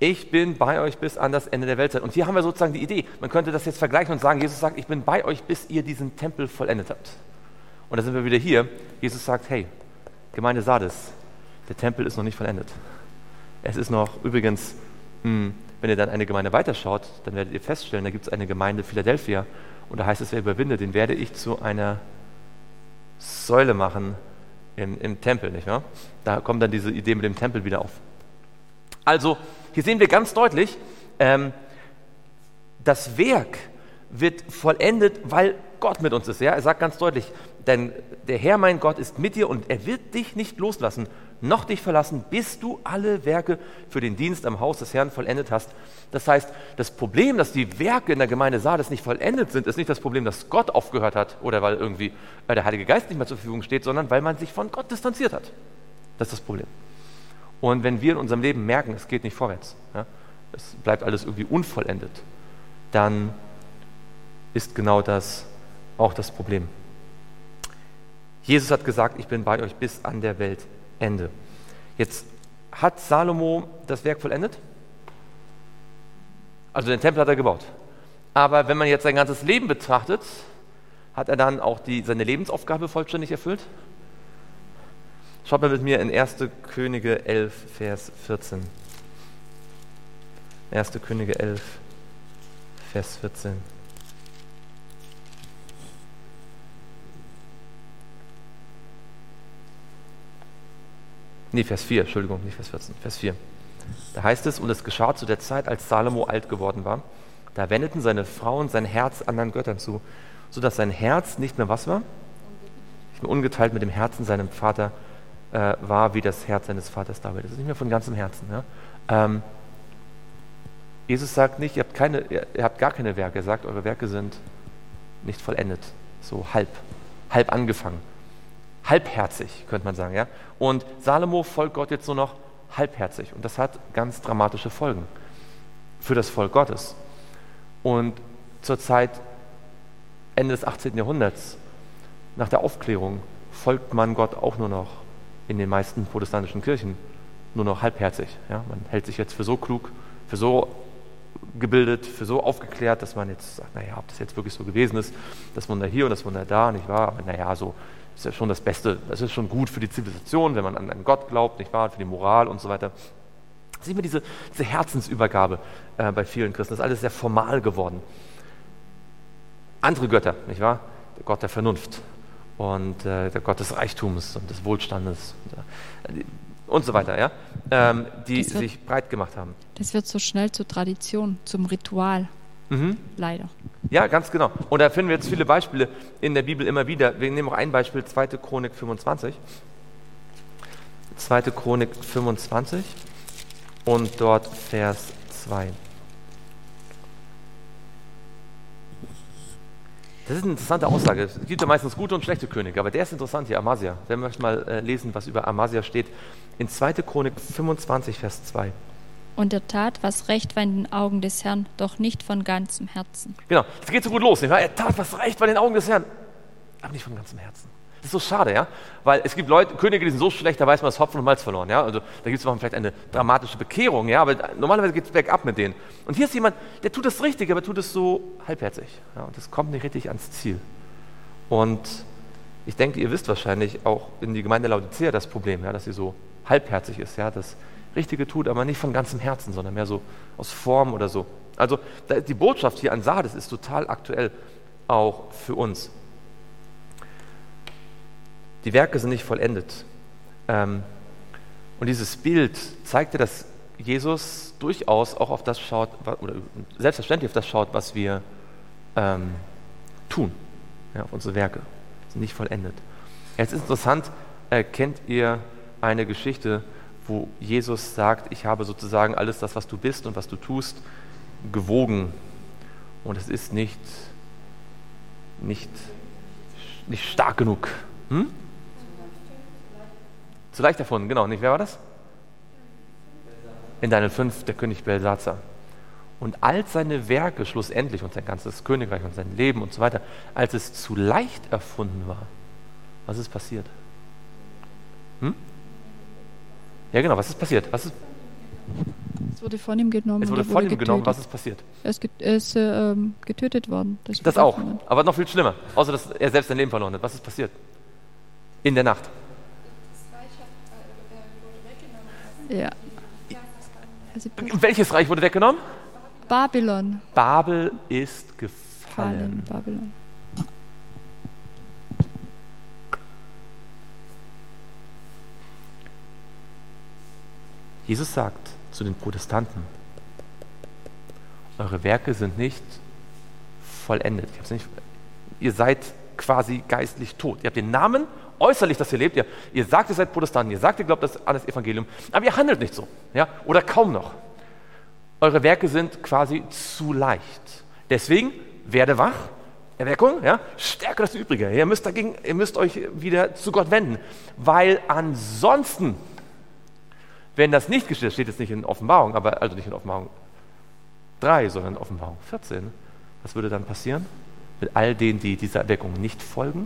[SPEAKER 1] Ich bin bei euch bis an das Ende der Weltzeit. Und hier haben wir sozusagen die Idee, man könnte das jetzt vergleichen und sagen, Jesus sagt, ich bin bei euch, bis ihr diesen Tempel vollendet habt. Und da sind wir wieder hier. Jesus sagt, hey, Gemeinde Sardes, der Tempel ist noch nicht vollendet. Es ist noch, übrigens, mh, wenn ihr dann eine Gemeinde weiterschaut, dann werdet ihr feststellen, da gibt es eine Gemeinde Philadelphia und da heißt es, wer überwindet, den werde ich zu einer Säule machen im, im Tempel, nicht wahr? Da kommt dann diese Idee mit dem Tempel wieder auf. Also, hier sehen wir ganz deutlich, ähm, das Werk wird vollendet, weil Gott mit uns ist. Ja? Er sagt ganz deutlich, denn der Herr, mein Gott, ist mit dir und er wird dich nicht loslassen, noch dich verlassen, bis du alle Werke für den Dienst am Haus des Herrn vollendet hast. Das heißt, das Problem, dass die Werke in der Gemeinde Sardes nicht vollendet sind, ist nicht das Problem, dass Gott aufgehört hat oder weil irgendwie äh, der Heilige Geist nicht mehr zur Verfügung steht, sondern weil man sich von Gott distanziert hat. Das ist das Problem. Und wenn wir in unserem Leben merken, es geht nicht vorwärts, ja, es bleibt alles irgendwie unvollendet, dann ist genau das auch das Problem. Jesus hat gesagt, ich bin bei euch bis an der Weltende. Jetzt hat Salomo das Werk vollendet? Also den Tempel hat er gebaut. Aber wenn man jetzt sein ganzes Leben betrachtet, hat er dann auch die, seine Lebensaufgabe vollständig erfüllt? Schaut mal mit mir in erste Könige elf, Vers vierzehn. erste Könige elf, Vers vierzehn. Nee, Vers vier, Entschuldigung, nicht Vers vierzehn, Vers vier. Da heißt es, und es geschah zu der Zeit, als Salomo alt geworden war, da wendeten seine Frauen sein Herz anderen Göttern zu, sodass sein Herz nicht mehr was war? Nicht mehr ungeteilt mit dem Herzen seinem Vater äh, war, wie das Herz seines Vaters David. Das ist nicht mehr von ganzem Herzen. Ja? Ähm, Jesus sagt nicht, ihr habt, keine, ihr, ihr habt gar keine Werke. Er sagt, eure Werke sind nicht vollendet. So halb, halb angefangen. Halbherzig, könnte man sagen. Ja? Und Salomo folgt Gott jetzt nur noch halbherzig. Und das hat ganz dramatische Folgen für das Volk Gottes. Und zur Zeit Ende des achtzehnten Jahrhunderts, nach der Aufklärung, folgt man Gott auch nur noch in den meisten protestantischen Kirchen nur noch halbherzig. Ja? Man hält sich jetzt für so klug, für so gebildet, für so aufgeklärt, dass man jetzt sagt, naja, ob das jetzt wirklich so gewesen ist, das Wunder hier und das Wunder da, nicht wahr? Aber naja, so ist ja schon das Beste, das ist schon gut für die Zivilisation, wenn man an, an Gott glaubt, nicht wahr? Für die Moral und so weiter. Sehen wir diese, diese Herzensübergabe äh, bei vielen Christen, das ist alles sehr formal geworden. Andere Götter, nicht wahr? Der Gott der Vernunft und äh, der Gott des Reichtums und des Wohlstandes und, äh, und so weiter, ja? ähm, die wird, sich breit gemacht haben.
[SPEAKER 2] Das wird so schnell zur Tradition, zum Ritual, mhm. leider.
[SPEAKER 1] Ja, ganz genau. Und da finden wir jetzt viele Beispiele in der Bibel immer wieder. Wir nehmen auch ein Beispiel, zweite Chronik fünfundzwanzig. zweite Chronik fünfundzwanzig und dort Vers zwei. Das ist eine interessante Aussage. Es gibt ja meistens gute und schlechte Könige, aber der ist interessant hier, Amasia. Wer möchte mal äh, lesen, was über Amasia steht? In zweite Chronik fünfundzwanzig, Vers zwei.
[SPEAKER 2] Und er tat, was recht war in den Augen des Herrn, doch nicht von ganzem Herzen.
[SPEAKER 1] Genau, das geht so gut los. Nicht wahr? Er tat, was recht war in den Augen des Herrn, aber nicht von ganzem Herzen. Das ist so schade, ja, weil es gibt Leute, Könige, die sind so schlecht, da weiß man, das Hopfen und Malz verloren, ja, also da gibt es vielleicht eine dramatische Bekehrung, ja, aber normalerweise geht es bergab mit denen. Und hier ist jemand, der tut das richtig, aber tut es so halbherzig, ja, und das kommt nicht richtig ans Ziel. Und ich denke, ihr wisst wahrscheinlich auch in die Gemeinde Laodicea das Problem, ja, dass sie so halbherzig ist, ja, das Richtige tut, aber nicht von ganzem Herzen, sondern mehr so aus Form oder so. Also die Botschaft hier an Sardes ist total aktuell auch für uns. Die Werke sind nicht vollendet. Ähm, und dieses Bild zeigte, dass Jesus durchaus auch auf das schaut, oder selbstverständlich auf das schaut, was wir ähm, tun, ja, auf unsere Werke. Sind nicht vollendet. Jetzt ist interessant, äh, kennt ihr eine Geschichte, wo Jesus sagt, ich habe sozusagen alles das, was du bist und was du tust, gewogen. Und es ist nicht, nicht, nicht stark genug. Hm? Zu leicht erfunden, genau. Nicht? Wer war das? In Daniel fünf, der König Belsazar. Und als seine Werke schlussendlich und sein ganzes Königreich und sein Leben und so weiter, als es zu leicht erfunden war, was ist passiert? Hm? Ja, genau, was ist passiert? Was ist?
[SPEAKER 2] wurde von ihm genommen.
[SPEAKER 1] Es wurde
[SPEAKER 2] und er
[SPEAKER 1] von ihm
[SPEAKER 2] getötet.
[SPEAKER 1] genommen. Was ist passiert?
[SPEAKER 2] Er ist, get er ist äh, ähm, getötet worden. durch
[SPEAKER 1] Das auch.
[SPEAKER 2] Bewaffnungen.
[SPEAKER 1] Aber noch viel schlimmer. Außer, dass er selbst sein Leben verloren hat. Was ist passiert? In der Nacht.
[SPEAKER 2] Ja. Also,
[SPEAKER 1] Welches Reich wurde weggenommen?
[SPEAKER 2] Babylon.
[SPEAKER 1] Babel ist gefallen.
[SPEAKER 2] Fallen, Babylon.
[SPEAKER 1] Jesus sagt zu den Protestanten, eure Werke sind nicht vollendet. Ich hab's nicht, ihr seid quasi geistlich tot. Ihr habt den Namen, äußerlich, dass ihr lebt. Ihr, ihr sagt, ihr seid Protestanten, ihr sagt, ihr glaubt das an das Evangelium, aber ihr handelt nicht so. Ja? Oder kaum noch. Eure Werke sind quasi zu leicht. Deswegen, werde wach, Erweckung, ja? Stärke das Übrige. Ihr müsst, dagegen, ihr müsst euch wieder zu Gott wenden, weil ansonsten, wenn das nicht geschieht, das steht jetzt nicht in Offenbarung, aber also nicht in Offenbarung drei, sondern in Offenbarung vierzehn, was würde dann passieren mit all denen, die dieser Erweckung nicht folgen?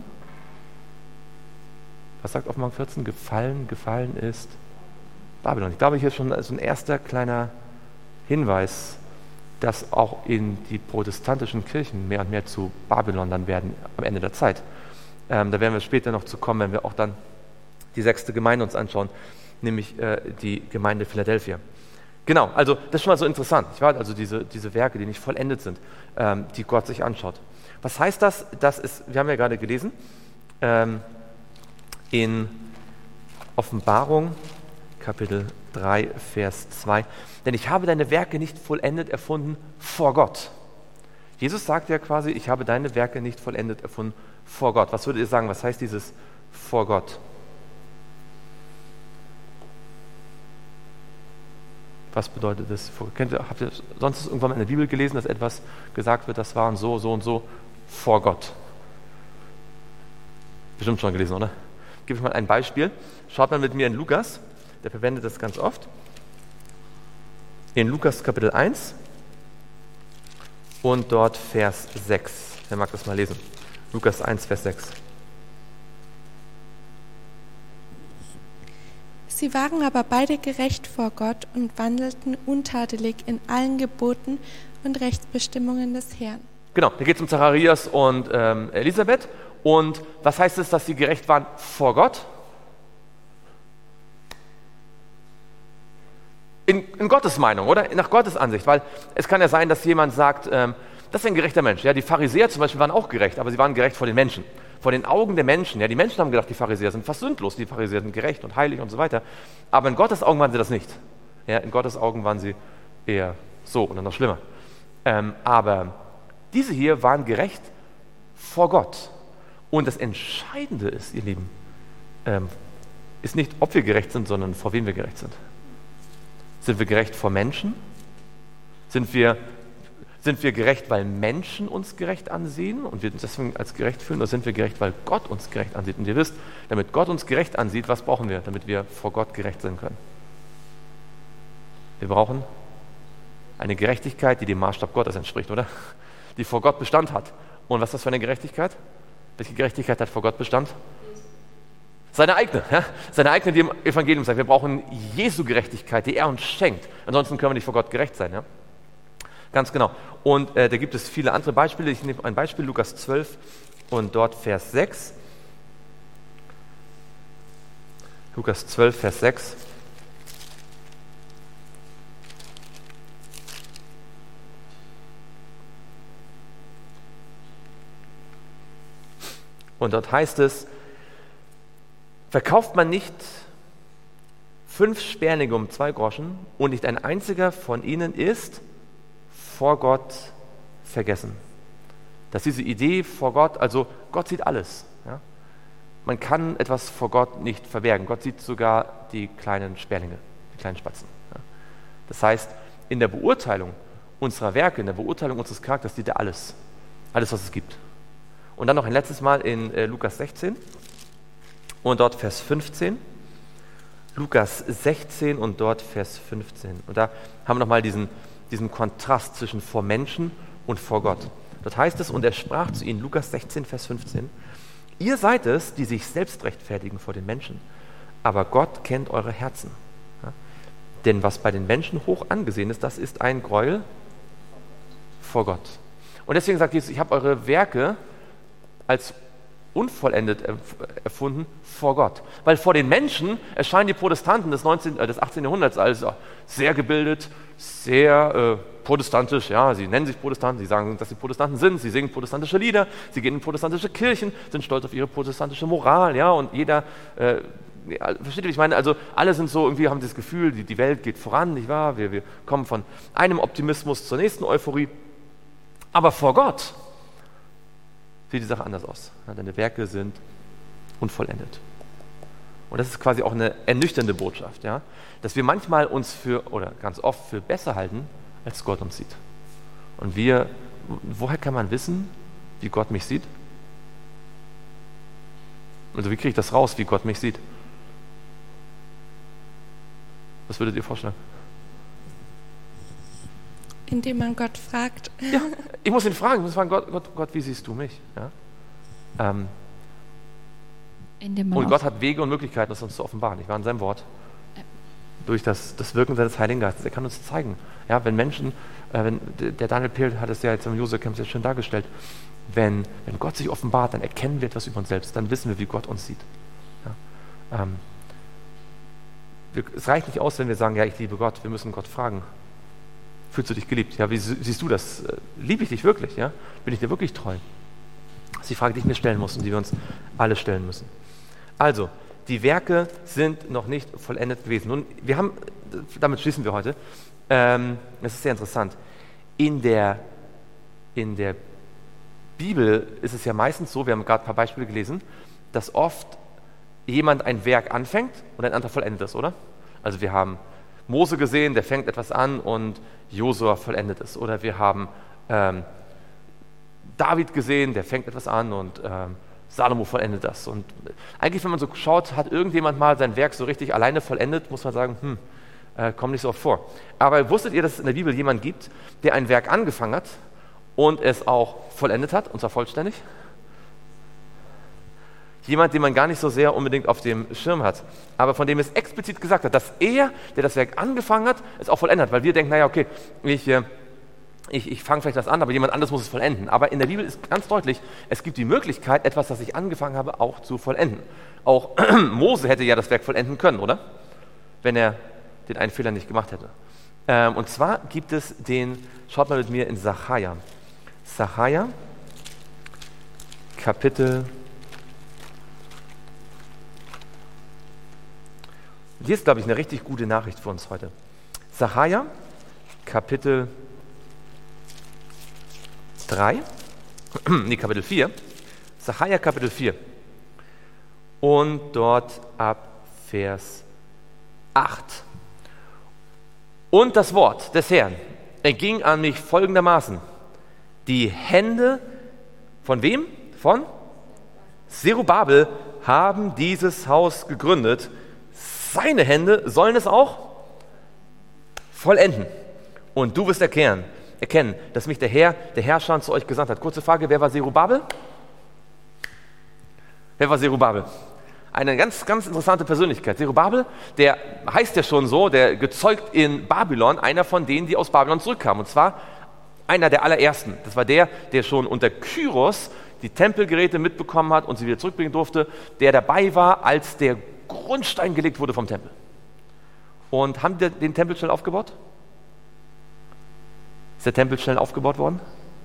[SPEAKER 1] Was sagt Offenbarung vierzehn? Gefallen, gefallen ist Babylon. Ich glaube, hier ist schon so ein erster kleiner Hinweis, dass auch in die protestantischen Kirchen mehr und mehr zu Babylon dann werden am Ende der Zeit. Ähm, da werden wir später noch zu kommen, wenn wir auch dann die sechste Gemeinde uns anschauen, nämlich äh, die Gemeinde Philadelphia. Genau, also das ist schon mal so interessant, nicht wahr? Also diese, diese Werke, die nicht vollendet sind, ähm, die Gott sich anschaut. Was heißt das? Das ist, wir haben ja gerade gelesen, ähm, in Offenbarung, Kapitel drei, Vers zwei, denn ich habe deine Werke nicht vollendet erfunden vor Gott. Jesus sagt ja quasi, ich habe deine Werke nicht vollendet erfunden vor Gott. Was würdet ihr sagen, was heißt dieses vor Gott? Was bedeutet das? Kennt ihr, habt ihr sonst irgendwann mal in der Bibel gelesen, dass etwas gesagt wird, das war und so, so und so vor Gott? Bestimmt schon gelesen, oder? Ich gebe euch mal ein Beispiel. Schaut mal mit mir in Lukas, der verwendet das ganz oft. In Lukas Kapitel eins und dort Vers sechs. Wer mag das mal lesen? Lukas eins, Vers sechs.
[SPEAKER 3] Sie waren aber beide gerecht vor Gott und wandelten untadelig in allen Geboten und Rechtsbestimmungen des Herrn.
[SPEAKER 1] Genau, da geht es um Zacharias und ähm, Elisabeth. Und was heißt es, dass sie gerecht waren vor Gott? In, in Gottes Meinung, oder? Nach Gottes Ansicht. Weil es kann ja sein, dass jemand sagt, ähm, das ist ein gerechter Mensch. Ja, die Pharisäer zum Beispiel waren auch gerecht, aber sie waren gerecht vor den Menschen. Vor den Augen der Menschen. Ja, die Menschen haben gedacht, die Pharisäer sind fast sündlos, die Pharisäer sind gerecht und heilig und so weiter. Aber in Gottes Augen waren sie das nicht. Ja, in Gottes Augen waren sie eher so oder noch schlimmer. Ähm, aber diese hier waren gerecht vor Gott. Und das Entscheidende ist, ihr Lieben, ähm, ist nicht, ob wir gerecht sind, sondern vor wem wir gerecht sind. Sind wir gerecht vor Menschen? Sind wir, sind wir gerecht, weil Menschen uns gerecht ansehen und wir uns deswegen als gerecht fühlen? Oder sind wir gerecht, weil Gott uns gerecht ansieht? Und ihr wisst, damit Gott uns gerecht ansieht, was brauchen wir, damit wir vor Gott gerecht sein können? Wir brauchen eine Gerechtigkeit, die dem Maßstab Gottes entspricht, oder? Die vor Gott Bestand hat. Und was ist das für eine Gerechtigkeit? Welche Gerechtigkeit hat vor Gott Bestand? Seine eigene, ja? Seine eigene, die im Evangelium sagt, wir brauchen Jesu Gerechtigkeit, die er uns schenkt. Ansonsten können wir nicht vor Gott gerecht sein. Ja? Ganz genau. Und äh, da gibt es viele andere Beispiele. Ich nehme ein Beispiel, Lukas zwölf und dort Vers sechs. Lukas zwölf, Vers sechs. Und dort heißt es, verkauft man nicht fünf Sperlinge um zwei Groschen und nicht ein einziger von ihnen ist vor Gott vergessen. Dass diese Idee vor Gott, also Gott sieht alles. Ja? Man kann etwas vor Gott nicht verbergen. Gott sieht sogar die kleinen Sperlinge, die kleinen Spatzen. Ja? Das heißt, in der Beurteilung unserer Werke, in der Beurteilung unseres Charakters sieht er alles. Alles, was es gibt. Und dann noch ein letztes Mal in äh, Lukas sechzehn und dort Vers fünfzehn. Lukas sechzehn und dort Vers fünfzehn. Und da haben wir nochmal diesen, diesen Kontrast zwischen vor Menschen und vor Gott. Dort heißt es, und er sprach zu ihnen, Lukas sechzehn, Vers fünfzehn, ihr seid es, die sich selbst rechtfertigen vor den Menschen, aber Gott kennt eure Herzen. Ja? Denn was bei den Menschen hoch angesehen ist, das ist ein Gräuel vor Gott. Und deswegen sagt Jesus, ich habe eure Werke als unvollendet erfunden vor Gott. Weil vor den Menschen erscheinen die Protestanten des, neunzehnten, äh, des achtzehnten. Jahrhunderts als sehr gebildet, sehr äh, protestantisch. Ja, sie nennen sich Protestanten, sie sagen, dass sie Protestanten sind, sie singen protestantische Lieder, sie gehen in protestantische Kirchen, sind stolz auf ihre protestantische Moral. Ja, und jeder, äh, ja, versteht ihr, wie ich meine? Also alle sind so, irgendwie haben das Gefühl, die, die Welt geht voran, nicht wahr? Wir, wir kommen von einem Optimismus zur nächsten Euphorie. Aber vor Gott sieht die Sache anders aus. Ja, deine Werke sind unvollendet. Und das ist quasi auch eine ernüchternde Botschaft, ja? Dass wir manchmal uns für, oder ganz oft für besser halten, als Gott uns sieht. Und wir, woher kann man wissen, wie Gott mich sieht? Also wie kriege ich das raus, wie Gott mich sieht? Was würdet ihr vorschlagen?
[SPEAKER 3] Indem man Gott fragt.
[SPEAKER 1] Ja, ich muss ihn fragen, ich muss fragen, Gott, Gott, Gott wie siehst du mich? Ja? Ähm,
[SPEAKER 2] Indem man
[SPEAKER 1] und
[SPEAKER 2] auch-
[SPEAKER 1] Gott hat Wege und Möglichkeiten, das uns zu offenbaren. Ich war in seinem Wort. Durch das, das Wirken seines Heiligen Geistes. Er kann uns zeigen. Ja, wenn Menschen, äh, wenn, der Daniel Pehl hat es ja jetzt im Josua-Camp sehr schön dargestellt, wenn, wenn Gott sich offenbart, dann erkennen wir etwas über uns selbst, dann wissen wir, wie Gott uns sieht. Ja? Ähm, wir, es reicht nicht aus, wenn wir sagen, ja, ich liebe Gott, wir müssen Gott fragen. Fühlst du dich geliebt? Ja, wie siehst du das? Liebe ich dich wirklich? Ja? Bin ich dir wirklich treu? Das ist die Frage, die ich mir stellen muss und die wir uns alle stellen müssen. Also, die Werke sind noch nicht vollendet gewesen. Nun, wir haben, damit schließen wir heute, ähm, das ist sehr interessant. In der, in der Bibel ist es ja meistens so, wir haben gerade ein paar Beispiele gelesen, dass oft jemand ein Werk anfängt und ein anderer vollendet es, oder? Also wir haben Mose gesehen, der fängt etwas an und Josua vollendet es. Oder wir haben ähm, David gesehen, der fängt etwas an und ähm, Salomo vollendet das. Und eigentlich, wenn man so schaut, hat irgendjemand mal sein Werk so richtig alleine vollendet, muss man sagen, hm, äh, kommt nicht so oft vor. Aber wusstet ihr, dass es in der Bibel jemanden gibt, der ein Werk angefangen hat und es auch vollendet hat, und zwar vollständig? Jemand, den man gar nicht so sehr unbedingt auf dem Schirm hat, aber von dem es explizit gesagt hat, dass er, der das Werk angefangen hat, es auch vollendet hat. Weil wir denken, naja, okay, ich... Äh, Ich, ich fange vielleicht was an, aber jemand anderes muss es vollenden. Aber in der Bibel ist ganz deutlich, es gibt die Möglichkeit, etwas, das ich angefangen habe, auch zu vollenden. Auch Mose hätte ja das Werk vollenden können, oder? Wenn er den einen Fehler nicht gemacht hätte. Ähm, und zwar gibt es den, schaut mal mit mir in Sacharja. Sacharja, Kapitel. Hier ist, glaube ich, eine richtig gute Nachricht für uns heute. Sacharja, Kapitel drei, nee, Kapitel vier, Sacharja Kapitel vier und dort ab Vers acht. Und das Wort des Herrn erging an mich folgendermaßen: Die Hände von wem? Von Zerubabel haben dieses Haus gegründet. Seine Hände sollen es auch vollenden. Und du wirst erkennen, erkennen, dass mich der Herr, der Herrscher zu euch gesandt hat. Kurze Frage, wer war Zerubabel? Wer war Zerubabel? Eine ganz, ganz interessante Persönlichkeit. Zerubabel, der heißt ja schon so, der gezeugt in Babylon, einer von denen, die aus Babylon zurückkamen. Und zwar einer der allerersten. Das war der, der schon unter Kyros die Tempelgeräte mitbekommen hat und sie wieder zurückbringen durfte, der dabei war, als der Grundstein gelegt wurde vom Tempel. Und haben die den Tempel schnell aufgebaut? Ist der Tempel schnell aufgebaut worden?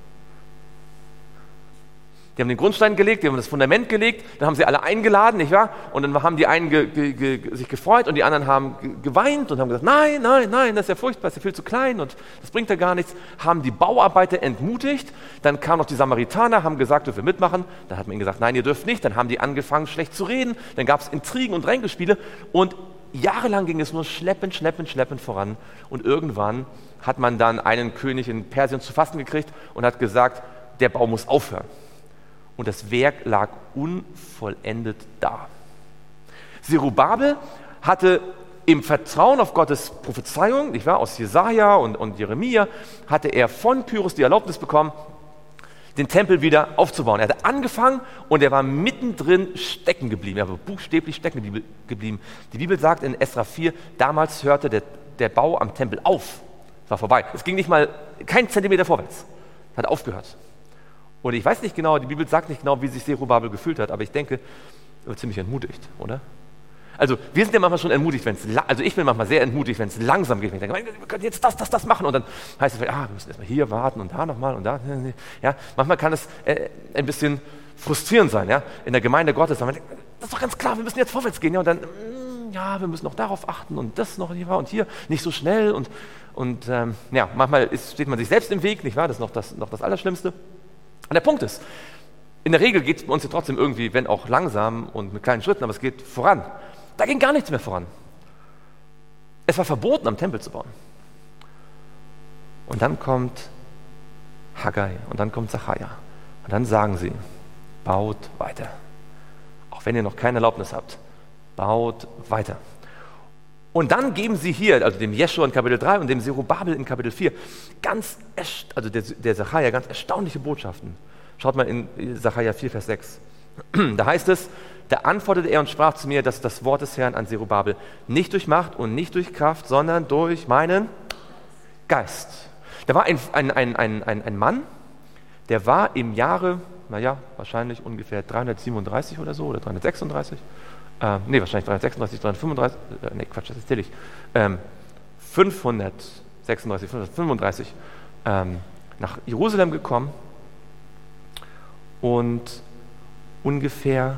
[SPEAKER 1] Die haben den Grundstein gelegt, die haben das Fundament gelegt, dann haben sie alle eingeladen, nicht wahr? Und dann haben die einen ge, ge, ge, sich gefreut und die anderen haben ge, geweint und haben gesagt, nein, nein, nein, das ist ja furchtbar, das ist ja viel zu klein und das bringt ja gar nichts. Haben die Bauarbeiter entmutigt, dann kamen noch die Samaritaner, haben gesagt, dürfen wir mitmachen. Dann hat man ihnen gesagt, nein, ihr dürft nicht. Dann haben die angefangen, schlecht zu reden. Dann gab es Intrigen und Ränkespiele und jahrelang ging es nur schleppend, schleppend, schleppend voran. Und irgendwann hat man dann einen König in Persien zu fassen gekriegt und hat gesagt, der Bau muss aufhören. Und das Werk lag unvollendet da. Zerubabel hatte im Vertrauen auf Gottes Prophezeiung, nicht wahr, aus Jesaja und, und Jeremia, hatte er von Kyros die Erlaubnis bekommen, den Tempel wieder aufzubauen. Er hatte angefangen und er war mittendrin stecken geblieben. Er war buchstäblich stecken geblieben. Die Bibel sagt in Esra vier, damals hörte der der Bau am Tempel auf. Es war vorbei. Es ging nicht mal kein Zentimeter vorwärts. Es hat aufgehört. Und ich weiß nicht genau, die Bibel sagt nicht genau, wie sich Zerubabel gefühlt hat, aber ich denke, er war ziemlich entmutigt, oder? Also wir sind ja manchmal schon entmutigt, wenn es, also ich bin manchmal sehr entmutigt, wenn es langsam geht. Wenn ich denke, wir können jetzt das, das, das machen und dann heißt es, ah, wir müssen erstmal hier warten und da nochmal und da. Ja, manchmal kann es äh, ein bisschen frustrierend sein, ja. In der Gemeinde Gottes, man denkt, das ist doch ganz klar, wir müssen jetzt vorwärts gehen, ja, und dann, mm, ja, wir müssen noch darauf achten und das noch hier und hier, nicht so schnell und, und ähm, ja, manchmal ist, steht man sich selbst im Weg, nicht wahr? Das ist noch das, noch das Allerschlimmste. Und der Punkt ist, in der Regel geht es bei uns ja trotzdem irgendwie, wenn auch langsam und mit kleinen Schritten, aber es geht voran. Da ging gar nichts mehr voran. Es war verboten, am Tempel zu bauen. Und dann kommt Haggai und dann kommt Sacharja. Und dann sagen sie, baut weiter. Auch wenn ihr noch keine Erlaubnis habt, baut weiter. Und dann geben sie hier, also dem Jeschua in Kapitel drei und dem Zerubabel in Kapitel vier, ganz, also der, der Sacharja, ganz erstaunliche Botschaften. Schaut mal in Sacharja vier, Vers sechs. Da heißt es, da antwortete er und sprach zu mir, dass das Wort des Herrn an Zerubabel nicht durch Macht und nicht durch Kraft, sondern durch meinen Geist. Da war ein, ein, ein, ein, ein, ein Mann, der war im Jahre, naja, wahrscheinlich ungefähr dreihundertsiebenunddreißig oder so, oder dreihundertsechsunddreißig, äh, nee, wahrscheinlich dreihundertsechsunddreißig, dreihundertfünfunddreißig, äh, nee, Quatsch, das ist tillig, ähm, fünfhundertsechsunddreißig, fünfhundertfünfunddreißig ähm, nach Jerusalem gekommen und ungefähr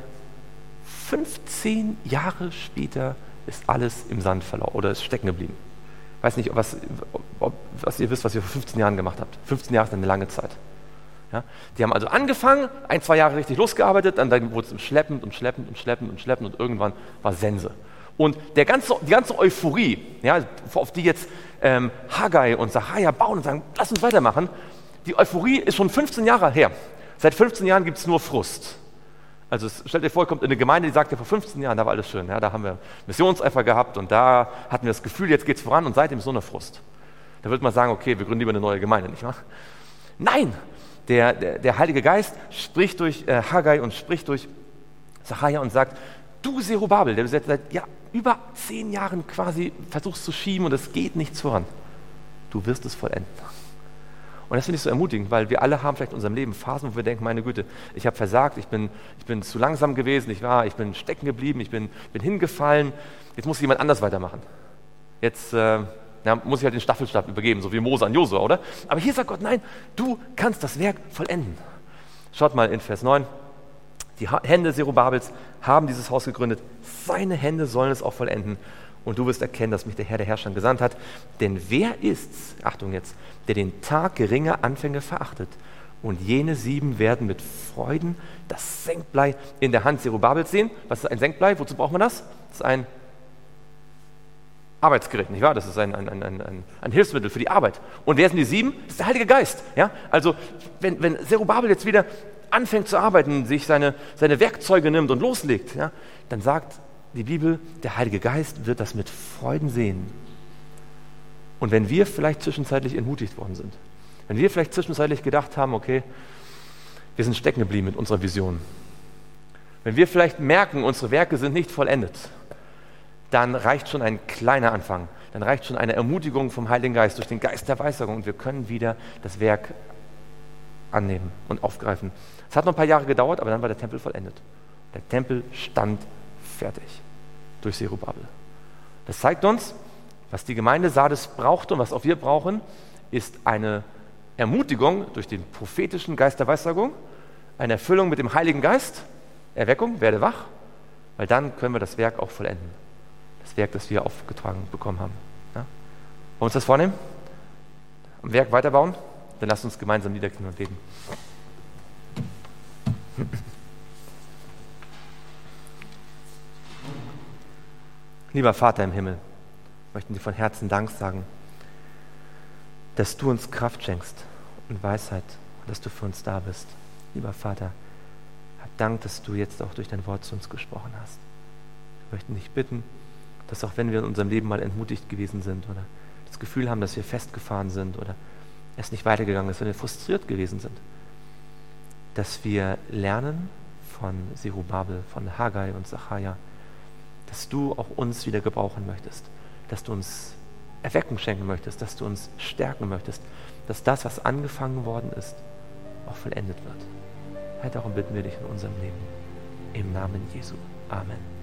[SPEAKER 1] fünfzehn Jahre später ist alles im Sand verlaufen oder ist stecken geblieben. Ich weiß nicht, was, ob, was ihr wisst, was ihr vor fünfzehn Jahren gemacht habt. fünfzehn Jahre ist eine lange Zeit. Ja? Die haben also angefangen, ein, zwei Jahre richtig losgearbeitet, dann, dann wurde es schleppend und schleppend und schleppend und schleppend und irgendwann war Sense. Und der ganze, die ganze Euphorie, ja, auf die jetzt ähm, Haggai und Sacharja bauen und sagen, lass uns weitermachen, die Euphorie ist schon fünfzehn Jahre her. Seit fünfzehn Jahren gibt es nur Frust. Also es, stellt dir vor, kommt in eine Gemeinde, die sagt ja, vor fünfzehn Jahren, da war alles schön. Ja, da haben wir Missionseifer gehabt und da hatten wir das Gefühl, jetzt geht es voran und seitdem ist so eine Frust. Da würde man sagen, okay, wir gründen lieber eine neue Gemeinde, nicht wahr? Nein, der, der, der Heilige Geist spricht durch äh, Haggai und spricht durch Sacharja und sagt, du Zerubabel, der du seit, seit ja, über zehn Jahren quasi versuchst zu schieben und es geht nichts voran. Du wirst es vollenden. Und das finde ich so ermutigend, weil wir alle haben vielleicht in unserem Leben Phasen, wo wir denken, meine Güte, ich habe versagt, ich bin, ich bin zu langsam gewesen, ich, war, ich bin stecken geblieben, ich bin, bin hingefallen, jetzt muss jemand anders weitermachen. Jetzt äh, ja, muss ich halt den Staffelstab übergeben, so wie Mose an Josua, oder? Aber hier sagt Gott, nein, du kannst das Werk vollenden. Schaut mal in Vers neun, die Hände Zerubabels haben dieses Haus gegründet, seine Hände sollen es auch vollenden. Und du wirst erkennen, dass mich der Herr der Herrscher gesandt hat. Denn wer ist's, Achtung jetzt, der den Tag geringer Anfänge verachtet? Und jene sieben werden mit Freuden das Senkblei in der Hand Zerubabels sehen. Was ist ein Senkblei? Wozu braucht man das? Das ist ein Arbeitsgerät, nicht wahr? Das ist ein, ein, ein, ein, ein Hilfsmittel für die Arbeit. Und wer sind die sieben? Das ist der Heilige Geist. Ja? Also wenn, wenn Zerubabel jetzt wieder anfängt zu arbeiten, sich seine, seine Werkzeuge nimmt und loslegt, ja, dann sagt die Bibel, der Heilige Geist wird das mit Freuden sehen. Und wenn wir vielleicht zwischenzeitlich entmutigt worden sind, wenn wir vielleicht zwischenzeitlich gedacht haben, okay, wir sind stecken geblieben mit unserer Vision, wenn wir vielleicht merken, unsere Werke sind nicht vollendet, dann reicht schon ein kleiner Anfang, dann reicht schon eine Ermutigung vom Heiligen Geist durch den Geist der Weissagung und wir können wieder das Werk annehmen und aufgreifen. Es hat noch ein paar Jahre gedauert, aber dann war der Tempel vollendet. Der Tempel stand fertig durch Zerubabel. Das zeigt uns, was die Gemeinde Sardes brauchte und was auch wir brauchen, ist eine Ermutigung durch den prophetischen Geist der Weissagung, eine Erfüllung mit dem Heiligen Geist, Erweckung, werde wach, weil dann können wir das Werk auch vollenden. Das Werk, das wir aufgetragen bekommen haben. Ja? Wollen wir uns das vornehmen? Am Werk weiterbauen? Dann lasst uns gemeinsam niederknien und beten. Lieber Vater im Himmel, wir möchten dir von Herzen Dank sagen, dass du uns Kraft schenkst und Weisheit und dass du für uns da bist. Lieber Vater, hab Dank, dass du jetzt auch durch dein Wort zu uns gesprochen hast. Wir möchten dich bitten, dass auch wenn wir in unserem Leben mal entmutigt gewesen sind oder das Gefühl haben, dass wir festgefahren sind oder es nicht weitergegangen ist, wenn wir frustriert gewesen sind, dass wir lernen von Zerubabel, von Haggai und Sacharja, dass du auch uns wieder gebrauchen möchtest, dass du uns Erweckung schenken möchtest, dass du uns stärken möchtest, dass das, was angefangen worden ist, auch vollendet wird. Herr, darum bitten wir dich in unserem Leben. Im Namen Jesu. Amen.